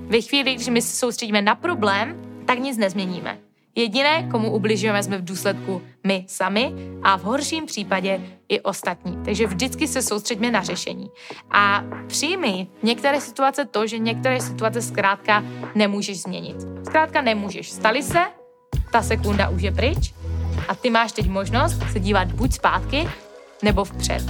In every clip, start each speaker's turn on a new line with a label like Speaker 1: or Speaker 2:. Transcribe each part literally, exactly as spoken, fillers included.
Speaker 1: Ve chvíli, když my se soustředíme na problém, tak nic nezměníme. Jediné, komu ubližujeme, jsme v důsledku my sami a v horším případě i ostatní. Takže vždycky se soustředíme na řešení. A přijmi některé situace to, že některé situace zkrátka nemůžeš změnit. Zkrátka nemůžeš. Stali se, ta sekunda už je pryč a ty máš teď možnost se dívat buď zpátky, nebo vpřed.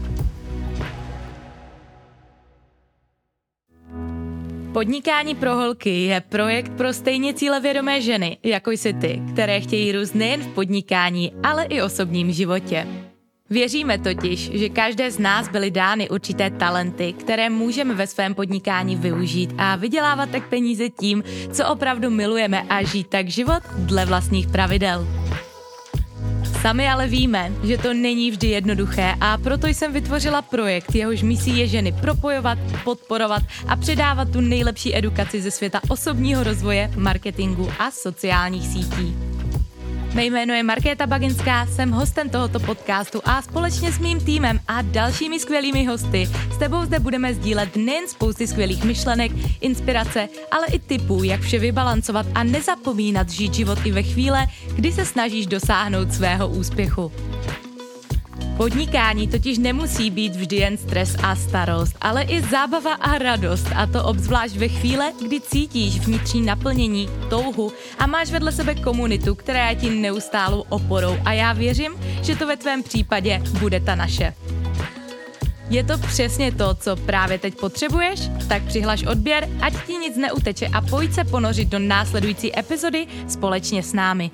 Speaker 1: Podnikání pro holky je projekt pro stejně cílevědomé ženy, jako jsi ty, které chtějí růst nejen v podnikání, ale i osobním životě. Věříme totiž, že každé z nás byly dány určité talenty, které můžeme ve svém podnikání využít a vydělávat tak peníze tím, co opravdu milujeme a žít tak život dle vlastních pravidel. Sami ale víme, že to není vždy jednoduché a proto jsem vytvořila projekt, jehož misí je ženy propojovat, podporovat a předávat tu nejlepší edukaci ze světa osobního rozvoje, marketingu a sociálních sítí. Mé jméno je Markéta Baginská, jsem hostem tohoto podcastu a společně s mým týmem a dalšími skvělými hosty s tebou zde budeme sdílet nejen spousty skvělých myšlenek, inspirace, ale i tipů, jak vše vybalancovat a nezapomínat žít život i ve chvíle, kdy se snažíš dosáhnout svého úspěchu. Podnikání totiž nemusí být vždy jen stres a starost, ale i zábava a radost, a to obzvlášť ve chvíle, kdy cítíš vnitřní naplnění, touhu a máš vedle sebe komunitu, která je ti neustálou oporou, a já věřím, že to ve tvém případě bude ta naše. Je to přesně to, co právě teď potřebuješ? Tak přihlaš odběr, ať ti nic neuteče a pojď se ponořit do následující epizody společně s námi.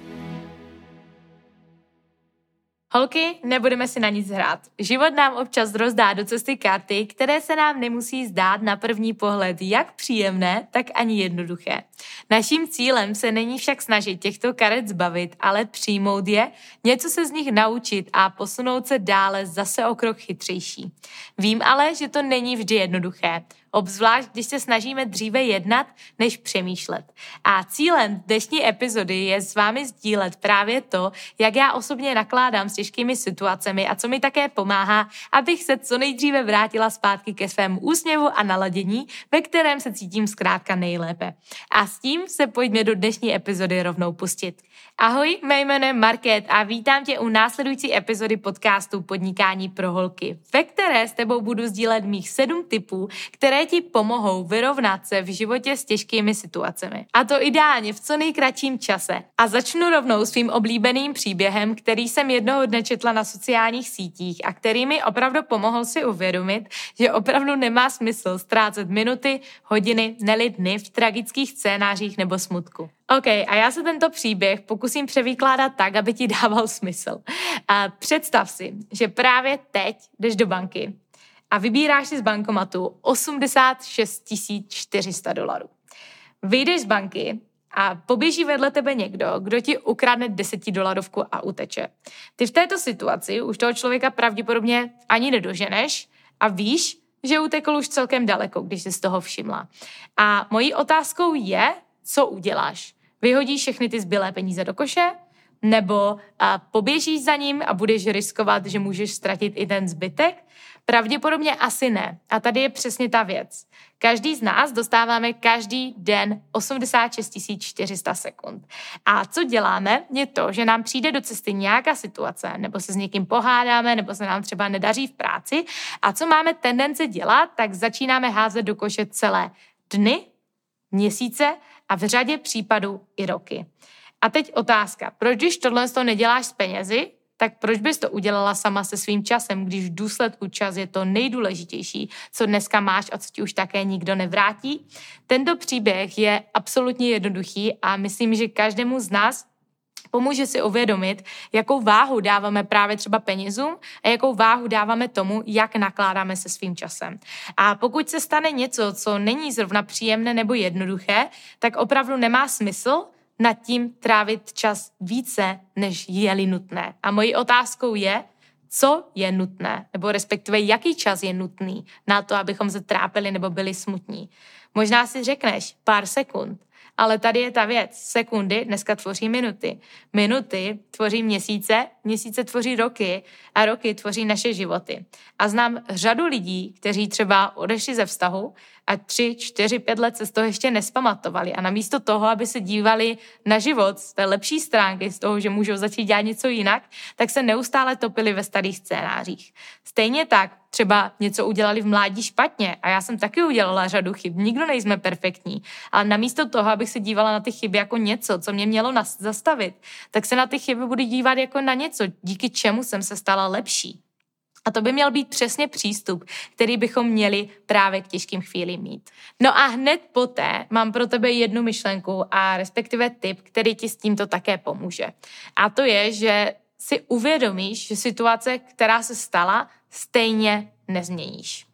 Speaker 1: Holky, nebudeme si na nic hrát. Život nám občas rozdá do cesty karty, které se nám nemusí zdát na první pohled jak příjemné, tak ani jednoduché. Naším cílem se není však snažit těchto karet zbavit, ale přijmout je, něco se z nich naučit a posunout se dále zase o krok chytřejší. Vím ale, že to není vždy jednoduché. Obzvlášť, když se snažíme dříve jednat, než přemýšlet. A cílem dnešní epizody je s vámi sdílet právě to, jak já osobně nakládám s těžkými situacemi a co mi také pomáhá, abych se co nejdříve vrátila zpátky ke svému úsměvu a naladění, ve kterém se cítím zkrátka nejlépe. A s tím se pojďme do dnešní epizody rovnou pustit. Ahoj, mé jméno je Markét a vítám tě u následující epizody podcastu Podnikání pro holky, ve které s tebou budu sdílet mých sedm tipů, které ti pomohou vyrovnat se v životě s těžkými situacemi. A to ideálně v co nejkratším čase. A začnu rovnou svým oblíbeným příběhem, který jsem jednoho dne četla na sociálních sítích a který mi opravdu pomohl si uvědomit, že opravdu nemá smysl ztrácet minuty, hodiny, neli dny v tragických scénářích nebo smutku. OK, a já se tento příběh pokusím převykládat tak, aby ti dával smysl. A představ si, že právě teď jdeš do banky a vybíráš si z bankomatu osmdesát šest tisíc čtyři sta dolarů. Vyjdeš z banky a poběží vedle tebe někdo, kdo ti ukradne desetidolarovku a uteče. Ty v této situaci už toho člověka pravděpodobně ani nedoženeš a víš, že utekl už celkem daleko, když jsi z toho všimla. A mojí otázkou je, co uděláš? Vyhodíš všechny ty zbylé peníze do koše? Nebo a poběžíš za ním a budeš riskovat, že můžeš ztratit i ten zbytek? Pravděpodobně asi ne. A tady je přesně ta věc. Každý z nás dostáváme každý den osmdesát šest tisíc čtyři sta sekund. A co děláme, je to, že nám přijde do cesty nějaká situace, nebo se s někým pohádáme, nebo se nám třeba nedaří v práci. A co máme tendence dělat, tak začínáme házet do koše celé dny, měsíce a v řadě případů i roky. A teď otázka, proč když tohle to neděláš s penězi, tak proč bys to udělala sama se svým časem, když v důsledku čas je to nejdůležitější, co dneska máš a co ti už také nikdo nevrátí? Tento příběh je absolutně jednoduchý a myslím, že každému z nás pomůže si uvědomit, jakou váhu dáváme právě třeba penězům a jakou váhu dáváme tomu, jak nakládáme se svým časem. A pokud se stane něco, co není zrovna příjemné nebo jednoduché, tak opravdu nemá smysl nad tím trávit čas více, než je-li nutné. A mojí otázkou je, co je nutné, nebo respektive jaký čas je nutný na to, abychom se trápili nebo byli smutní. Možná si řekneš pár sekund, ale tady je ta věc. Sekundy dneska tvoří minuty. Minuty tvoří měsíce, měsíce tvoří roky a roky tvoří naše životy. A znám řadu lidí, kteří třeba odešli ze vztahu a tři, čtyři, pět let se z toho ještě nespamatovali a namísto toho, aby se dívali na život z té lepší stránky, z toho, že můžou začít dělat něco jinak, tak se neustále topili ve starých scénářích. Stejně tak třeba něco udělali v mládí špatně a já jsem taky udělala řadu chyb, nikdo nejsme perfektní, ale namísto toho, abych se dívala na ty chyby jako něco, co mě mělo nas- zastavit, tak se na ty chyby budu dívat jako na něco, díky čemu jsem se stala lepší. A to by měl být přesně přístup, který bychom měli právě k těžkým chvílím mít. No a hned poté mám pro tebe jednu myšlenku a respektive tip, který ti s tímto také pomůže. A to je, že si uvědomíš, že situace, která se stala, stejně nezměníš.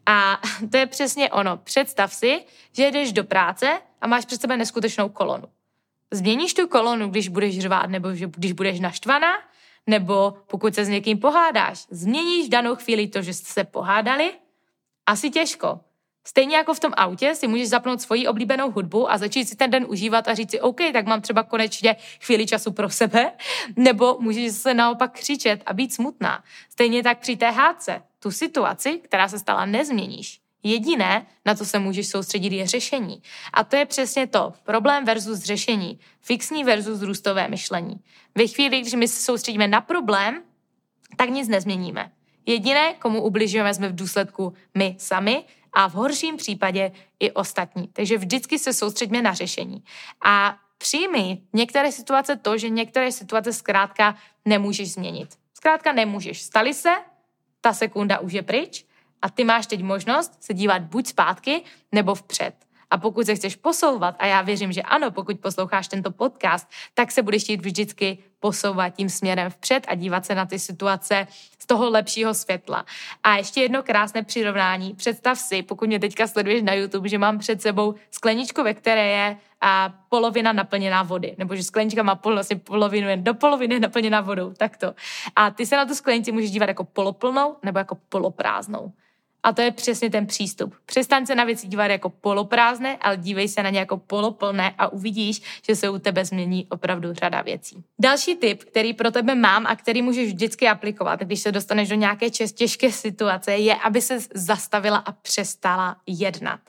Speaker 1: A to je přesně ono. Představ si, že jdeš do práce a máš před sebe neskutečnou kolonu. Změníš tu kolonu, když budeš řvát nebo když budeš naštvaná, nebo pokud se s někým pohádáš, změníš v danou chvíli to, že jste se pohádali? Asi těžko. Stejně jako v tom autě si můžeš zapnout svoji oblíbenou hudbu a začít si ten den užívat a říct si, OK, tak mám třeba konečně chvíli času pro sebe, nebo můžeš se naopak křičet a být smutná. Stejně tak při té hádce. Tu situaci, která se stala, nezměníš. Jediné, na co se můžeš soustředit, je řešení. A to je přesně to. Problém versus řešení. Fixní versus růstové myšlení. Ve chvíli, když my se soustředíme na problém, tak nic nezměníme. Jediné, komu ubližujeme, jsme v důsledku my sami a v horším případě i ostatní. Takže vždycky se soustředíme na řešení. A přijmi některé situace to, že některé situace zkrátka nemůžeš změnit. Zkrátka nemůžeš. Stali se, ta sekunda už je pryč, a ty máš teď možnost se dívat buď zpátky, nebo vpřed. A pokud se chceš posouvat, a já věřím, že ano, pokud posloucháš tento podcast, tak se budeš chtít vždycky posouvat tím směrem vpřed a dívat se na ty situace z toho lepšího světla. A ještě jedno krásné přirovnání. Představ si, pokud mě teďka sleduješ na YouTube, že mám před sebou skleničku, ve které je a polovina naplněná vody. Nebo že sklenička má pol, vlastně polovinu, jen do poloviny naplněná vodou. Takto. A ty se na tu sklenici můžeš dívat jako poloplnou nebo jako poloprázdnou. A to je přesně ten přístup. Přestaň se na věci dívat jako poloprázdné, ale dívej se na ně jako poloplné a uvidíš, že se u tebe změní opravdu řada věcí. Další tip, který pro tebe mám a který můžeš vždycky aplikovat, když se dostaneš do nějaké těžké situace, je, aby se zastavila a přestala jednat.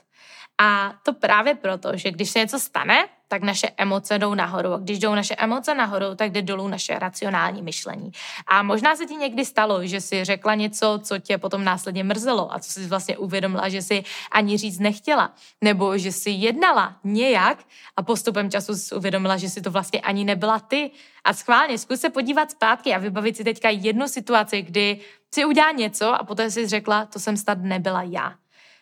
Speaker 1: A to právě proto, že když se něco stane, tak naše emoce jdou nahoru. A když jdou naše emoce nahoru, tak jde dolů naše racionální myšlení. A možná se ti někdy stalo, že jsi řekla něco, co tě potom následně mrzelo a co jsi vlastně uvědomila, že jsi ani říct nechtěla. Nebo že jsi jednala nějak a postupem času jsi uvědomila, že si to vlastně ani nebyla ty. A schválně zkus se podívat zpátky a vybavit si teďka jednu situaci, kdy si udělá něco a poté jsi řekla, to jsem snad nebyla já.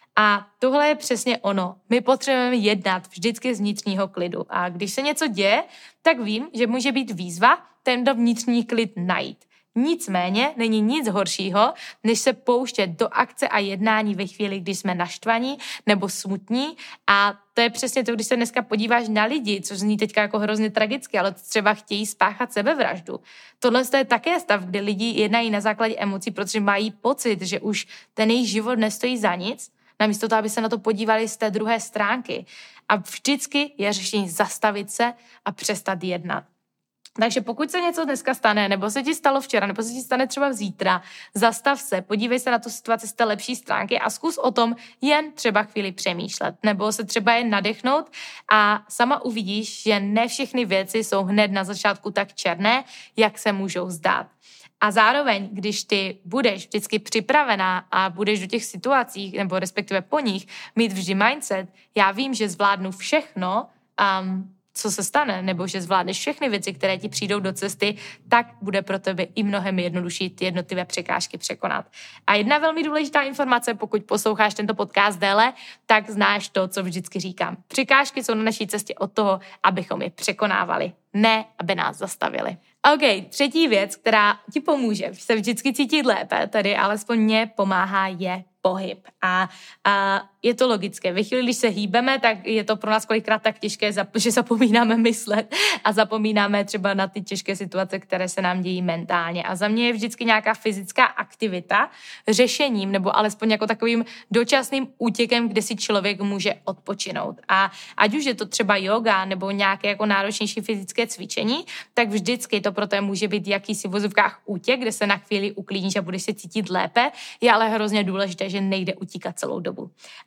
Speaker 1: A tohle je přesně ono. My potřebujeme jednat vždycky z vnitřního klidu. A když se něco děje, tak vím, že může být výzva tento vnitřní klid najít. Nicméně není nic horšího, než se pouštět do akce a jednání ve chvíli, když jsme naštvaní nebo smutní. A to je přesně to, když se dneska podíváš na lidi, což zní teďka jako hrozně tragicky, ale třeba chtějí spáchat sebevraždu. Tohle je také stav, kde lidi jednají na základě emocí, protože mají pocit, že už ten jejich život nestojí za nic, namísto toho, aby se na to podívali z té druhé stránky. A vždycky je řešení zastavit se a přestat jednat. Takže pokud se něco dneska stane, nebo se ti stalo včera, nebo se ti stane třeba zítra, zastav se, podívej se na tu situaci z té lepší stránky a zkus o tom jen třeba chvíli přemýšlet, nebo se třeba jen nadechnout a sama uvidíš, že ne všechny věci jsou hned na začátku tak černé, jak se můžou zdát. A zároveň, když ty budeš vždycky připravená a budeš do těch situací, nebo respektive po nich, mít vždy mindset, já vím, že zvládnu všechno, um, co se stane, nebo že zvládneš všechny věci, které ti přijdou do cesty, tak bude pro tebe i mnohem jednodušší ty jednotlivé překážky překonat. A jedna velmi důležitá informace, pokud posloucháš tento podcast déle, tak znáš to, co vždycky říkám. Překážky jsou na naší cestě od toho, abychom je překonávali, ne aby nás zastavili. OK, třetí věc, která ti pomůže se vždycky cítit lépe, tedy alespoň mě pomáhá, je pohyb. A, a je to logické. Ve chvíli, když se hýbeme, tak je to pro nás kolikrát tak těžké, že zapomínáme myslet a zapomínáme třeba na ty těžké situace, které se nám dějí mentálně. A za mě je vždycky nějaká fyzická aktivita řešením nebo alespoň jako takovým dočasným útěkem, kde si člověk může odpočinout. A ať už je to třeba yoga nebo nějaké jako náročnější fyzické cvičení, tak vždycky to pro té může být jakýsi v vozovkách útěk, kde se na chvíli uklidníš a budeš se cítit lépe, je ale hrozně důležité, že nejde utíkat celou dobu.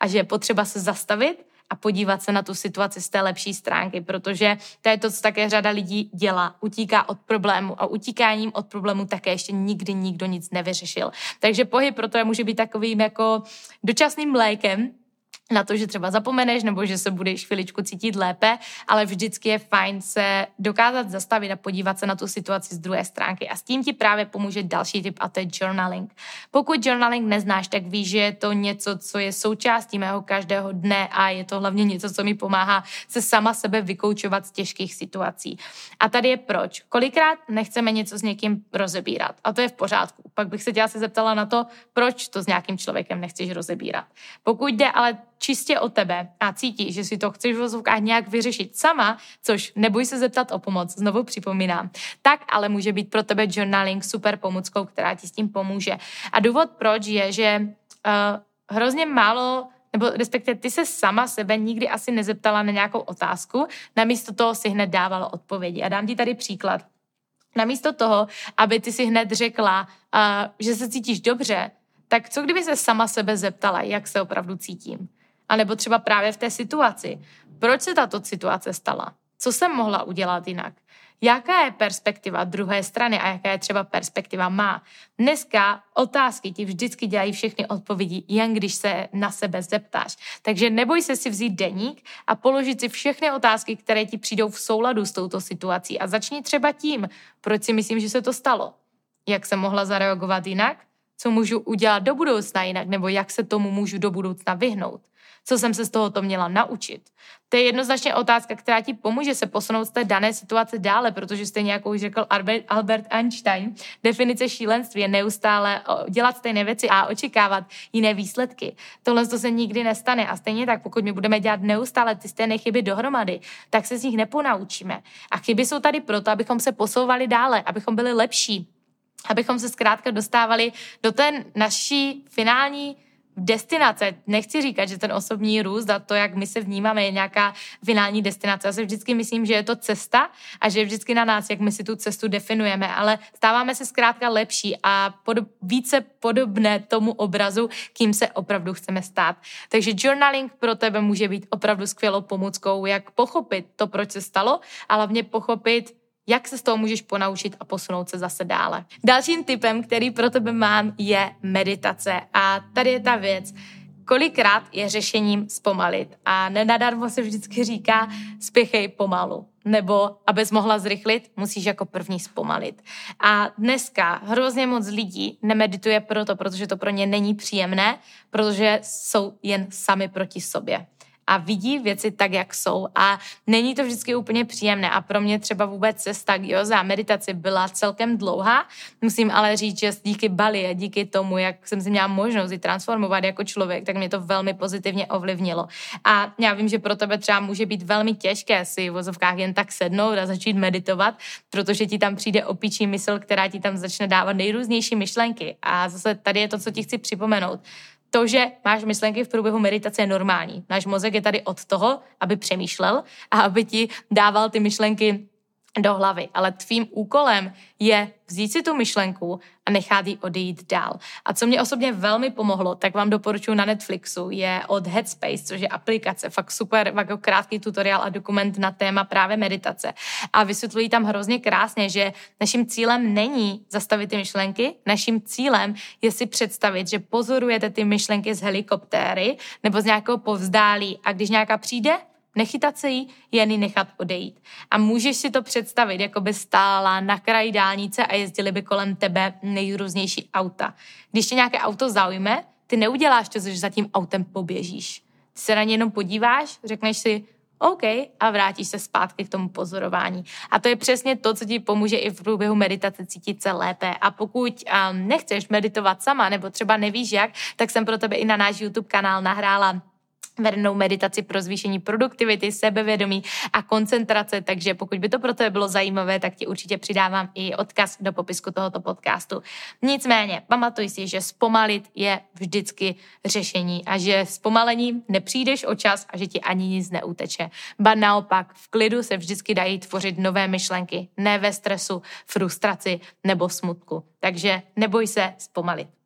Speaker 1: a že je potřeba se zastavit a podívat se na tu situaci z té lepší stránky, protože to je to, co také řada lidí dělá. Utíká od problému a utíkáním od problému také ještě nikdy nikdo nic nevyřešil. Takže pohyb proto je může být takovým jako dočasným lékem na to, že třeba zapomeneš nebo že se budeš chviličku cítit lépe, ale vždycky je fajn se dokázat zastavit a podívat se na tu situaci z druhé stránky. A s tím ti právě pomůže další tip a to je journaling. Pokud journaling neznáš, tak víš, že je to něco, co je součástí mého každého dne a je to hlavně něco, co mi pomáhá se sama sebe vykoučovat z těžkých situací. A tady je proč. Kolikrát nechceme něco s někým rozebírat a to je v pořádku. Pak bych se tě asi zeptala na to, proč to s nějakým člověkem nechceš rozebírat. Pokud jde ale čistě o tebe a cítíš, že si to chceš v vozovkách nějak vyřešit sama, což neboj se zeptat o pomoc, znovu připomínám, tak ale může být pro tebe journaling super pomůckou, která ti s tím pomůže. A důvod proč je, že uh, hrozně málo, nebo respektive ty se sama sebe nikdy asi nezeptala na nějakou otázku, namísto toho si hned dávala odpovědi. A dám ti tady příklad. Namísto toho, aby ty si hned řekla, uh, že se cítíš dobře, tak co kdyby se sama sebe zeptala, jak se opravdu cítím? A nebo třeba právě v té situaci. Proč se tato situace stala? Co jsem mohla udělat jinak? Jaká je perspektiva druhé strany a jaká je třeba perspektiva má? Dneska otázky ti vždycky dělají všechny odpovědi, jen když se na sebe zeptáš. Takže neboj se si vzít deník a položit si všechny otázky, které ti přijdou v souladu s touto situací. A začni třeba tím, proč si myslím, že se to stalo? Jak jsem mohla zareagovat jinak? Co můžu udělat do budoucna jinak, nebo jak se tomu můžu do budoucna vyhnout. Co jsem se z tohoto měla naučit. To je jednoznačně otázka, která ti pomůže se posunout z té dané situace dále, protože stejně jako už řekl Albert Einstein, definice šílenství je neustále dělat stejné věci a očekávat jiné výsledky. Tohle to se nikdy nestane a stejně tak, pokud my budeme dělat neustále ty stejné chyby dohromady, tak se z nich neponaučíme. A chyby jsou tady proto, abychom se posouvali dále, abychom byli lepší, abychom se zkrátka dostávali do té naší finální destinace. Nechci říkat, že ten osobní růst a to, jak my se vnímáme, je nějaká finální destinace. Já si vždycky myslím, že je to cesta a že je vždycky na nás, jak my si tu cestu definujeme, ale stáváme se zkrátka lepší a pod, více podobné tomu obrazu, kým se opravdu chceme stát. Takže journaling pro tebe může být opravdu skvělou pomůckou, jak pochopit to, proč se stalo, a hlavně pochopit, jak se z toho můžeš ponaučit a posunout se zase dále. Dalším tipem, který pro tebe mám, je meditace. A tady je ta věc, kolikrát je řešením zpomalit. A nenadarmo se vždycky říká, spěchej pomalu. Nebo abys mohla zrychlit, musíš jako první zpomalit. A dneska hrozně moc lidí nemedituje proto, protože to pro ně není příjemné, protože jsou jen sami proti sobě. A vidí věci tak, jak jsou. A není to vždycky úplně příjemné. A pro mě třeba vůbec cesta k józe a meditaci byla celkem dlouhá. Musím ale říct, že díky Bali a díky tomu, jak jsem si měla možnost ji transformovat jako člověk, tak mě to velmi pozitivně ovlivnilo. A já vím, že pro tebe třeba může být velmi těžké si v vozovkách jen tak sednout a začít meditovat, protože ti tam přijde opičí mysl, která ti tam začne dávat nejrůznější myšlenky. A zase tady je to, co ti chci připomenout. To, že máš myšlenky v průběhu meditace, je normální. Náš mozek je tady od toho, aby přemýšlel a aby ti dával ty myšlenky do hlavy. Ale tvým úkolem je vzít si tu myšlenku a nechat ji odejít dál. A co mě osobně velmi pomohlo, tak vám doporučuji na Netflixu, je od Headspace, což je aplikace, fakt super, jako krátký tutoriál a dokument na téma právě meditace. A vysvětlují tam hrozně krásně, že naším cílem není zastavit ty myšlenky, naším cílem je si představit, že pozorujete ty myšlenky z helikoptéry nebo z nějakého povzdálí a když nějaká přijde, nechytat se jí, jen ji nechat odejít. A můžeš si to představit, jako by stála na kraji dálnice a jezdily by kolem tebe nejrůznější auta. Když tě nějaké auto zaujme, ty neuděláš to, že za tím autem poběžíš. Ty se na ně jenom podíváš, řekneš si OK a vrátíš se zpátky k tomu pozorování. A to je přesně to, co ti pomůže i v průběhu meditace cítit se lépe. A pokud um, nechceš meditovat sama, nebo třeba nevíš jak, tak jsem pro tebe i na náš YouTube kanál nahrála vedenou meditaci pro zvýšení produktivity, sebevědomí a koncentrace, takže pokud by to pro tebe bylo zajímavé, tak ti určitě přidávám i odkaz do popisku tohoto podcastu. Nicméně, pamatuj si, že zpomalit je vždycky řešení a že zpomalením nepřijdeš o čas a že ti ani nic neuteče. Ba naopak, v klidu se vždycky dají tvořit nové myšlenky, ne ve stresu, frustraci nebo smutku. Takže neboj se zpomalit.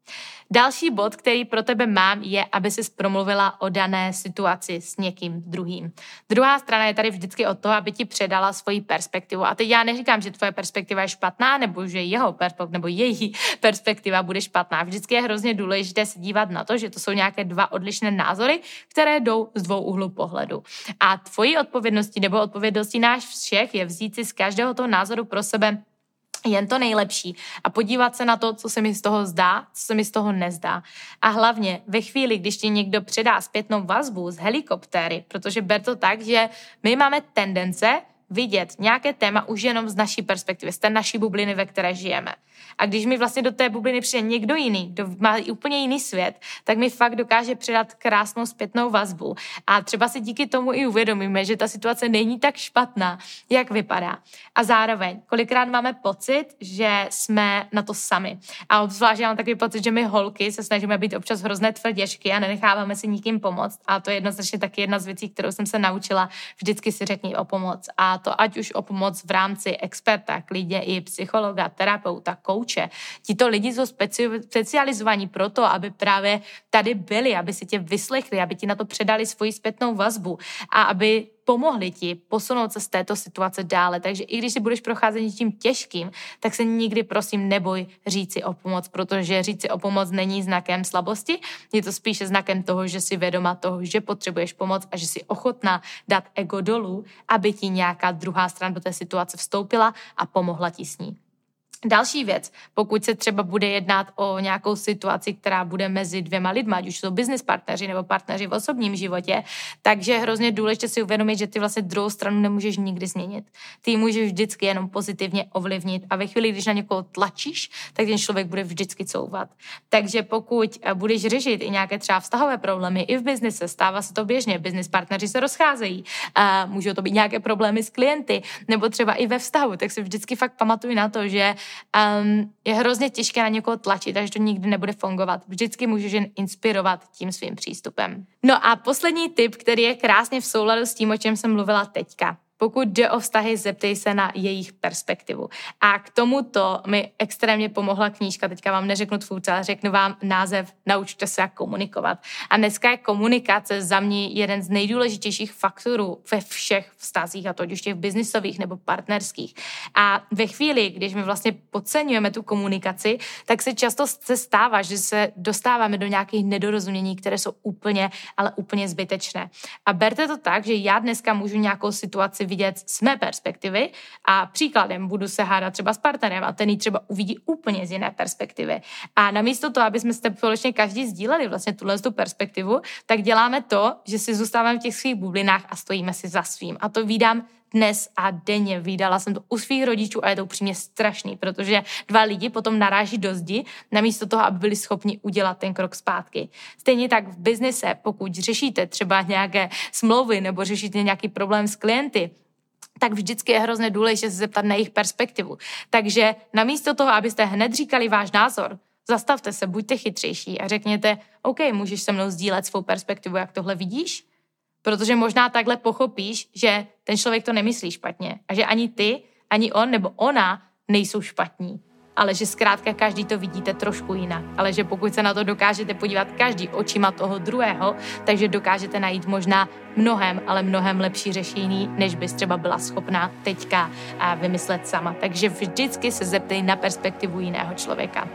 Speaker 1: Další bod, který pro tebe mám, je, aby jsi promluvila o dané situaci s někým druhým. Druhá strana je tady vždycky o to, aby ti předala svoji perspektivu. A teď já neříkám, že tvoje perspektiva je špatná, nebo že jeho perspektiva, nebo její perspektiva bude špatná. Vždycky je hrozně důležité se dívat na to, že to jsou nějaké dva odlišné názory, které jdou z dvou úhlů pohledu. A tvojí odpovědností nebo odpovědností náš všech je vzít si z každého toho názoru pro sebe jen to nejlepší a podívat se na to, co se mi z toho zdá, co se mi z toho nezdá. A hlavně ve chvíli, když ti někdo předá zpětnou vazbu z helikoptéry, protože ber to tak, že my máme tendence vidět nějaké téma už jenom z naší perspektivy, z té naší bubliny, ve které žijeme. A když mi vlastně do té bubliny přijde někdo jiný, kdo má úplně jiný svět, tak mi fakt dokáže předat krásnou zpětnou vazbu. A třeba si díky tomu i uvědomíme, že ta situace není tak špatná, jak vypadá. A zároveň, kolikrát máme pocit, že jsme na to sami. A obzvlášť já mám takový pocit, že my holky se snažíme být občas hrozné tvrděšky a nenecháváme si nikým pomoct. A to je jednoznačně taky jedna z věcí, kterou jsem se naučila. Vždycky si řekni o pomoc. A to ať už o pomoc v rámci experta, klidně i psychologa, terapeuta, kouče. Tito lidi jsou speci- specializovaní proto, aby právě tady byli, aby si tě vyslechli, aby ti na to předali svoji zpětnou vazbu a aby pomohli ti posunout se z této situace dále. Takže i když si budeš procházet něčím těžkým, tak se nikdy prosím neboj říci o pomoc, protože říci o pomoc není znakem slabosti, je to spíše znakem toho, že jsi vědoma toho, že potřebuješ pomoc a že jsi ochotná dát ego dolů, aby ti nějaká druhá strana do té situace vstoupila a pomohla ti s ní. Další věc, pokud se třeba bude jednat o nějakou situaci, která bude mezi dvěma lidma, ať už jsou business partneři nebo partneři v osobním životě, takže je hrozně důležité si uvědomit, že ty vlastně druhou stranu nemůžeš nikdy změnit. Ty ji můžeš vždycky jenom pozitivně ovlivnit a ve chvíli, když na někoho tlačíš, tak ten člověk bude vždycky couvat. Takže pokud budeš řešit i nějaké třeba vztahové problémy i v biznise, stává se to běžně, business partneři se rozcházejí, a můžou to být nějaké problémy s klienty nebo třeba i ve vztahu, tak si vždycky fakt pamatuj na to, že Um, je hrozně těžké na někoho tlačit, takže to nikdy nebude fungovat. Vždycky můžeš jen inspirovat tím svým přístupem. No a poslední tip, který je krásně v souladu s tím, o čem jsem mluvila teďka. Pokud jde o vztahy, zeptej se na jejich perspektivu. A k tomuto mi extrémně pomohla knížka, teďka vám neřeknu tvůj, ale řeknu vám název Naučte se, jak komunikovat. A dneska je komunikace za mě jeden z nejdůležitějších faktorů ve všech vztazích, a to ať už těch biznisových nebo partnerských. A ve chvíli, když my vlastně podceňujeme tu komunikaci, tak se často se stává, že se dostáváme do nějakých nedorozumění, které jsou úplně, ale úplně zbytečné. A berte to tak, že já dneska můžu nějakou situaci vidět z mé perspektivy a příkladem budu se hádat třeba s partnerem a ten ji třeba uvidí úplně z jiné perspektivy. A namísto toho, aby jsme společně každý sdíleli vlastně tuhle tu perspektivu, tak děláme to, že si zůstáváme v těch svých bublinách a stojíme si za svým. A to vídám dnes a denně. Vídala jsem to u svých rodičů a je to upřímně strašný, protože dva lidi potom naráží do zdi, namísto toho, aby byli schopni udělat ten krok zpátky. Stejně tak v biznise, pokud řešíte třeba nějaké smlouvy nebo řešíte nějaký problém s klienty, tak vždycky je hrozně důležité se zeptat na jejich perspektivu. Takže namísto toho, abyste hned říkali váš názor, zastavte se, buďte chytřejší a řekněte, OK, můžeš se mnou sdílet svou perspektivu, jak tohle vidíš? Protože možná takhle pochopíš, že ten člověk to nemyslí špatně a že ani ty, ani on nebo ona nejsou špatní, ale že zkrátka každý to vidíte trošku jinak, ale že pokud se na to dokážete podívat každý očima toho druhého, takže dokážete najít možná mnohem, ale mnohem lepší řešení, než bys třeba byla schopná teďka vymyslet sama. Takže vždycky se zeptej na perspektivu jiného člověka.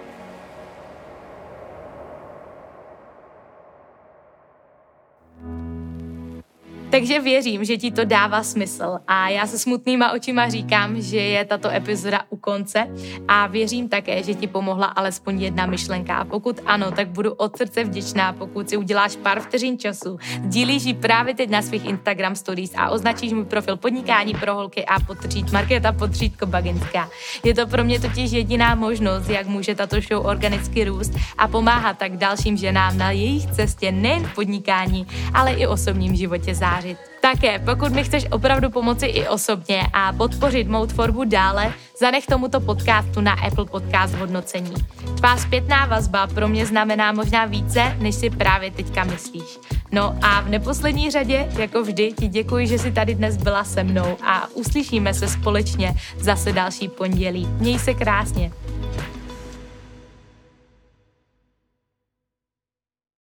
Speaker 1: Takže věřím, že ti to dává smysl a já se smutnýma očima říkám, že je tato epizoda u konce a věřím také, že ti pomohla alespoň jedna myšlenka a pokud ano, tak budu od srdce vděčná, pokud si uděláš pár vteřin času, sdílíš ji právě teď na svých Instagram stories a označíš můj profil Podnikání pro holky a podtržít Markéta podtržítko Baginská. Je to pro mě totiž jediná možnost, jak může tato show organicky růst a pomáhat tak dalším ženám na jejich cestě nejen v podnikání, ale i osobním životě zářit. Také, pokud mi chceš opravdu pomoci i osobně a podpořit mou tvorbu dále, zanech tomuto podcastu na Apple Podcast hodnocení. Tvá zpětná vazba pro mě znamená možná více, než si právě teďka myslíš. No a v neposlední řadě, jako vždy, ti děkuji, že jsi tady dnes byla se mnou a uslyšíme se společně zase další pondělí. Měj se krásně.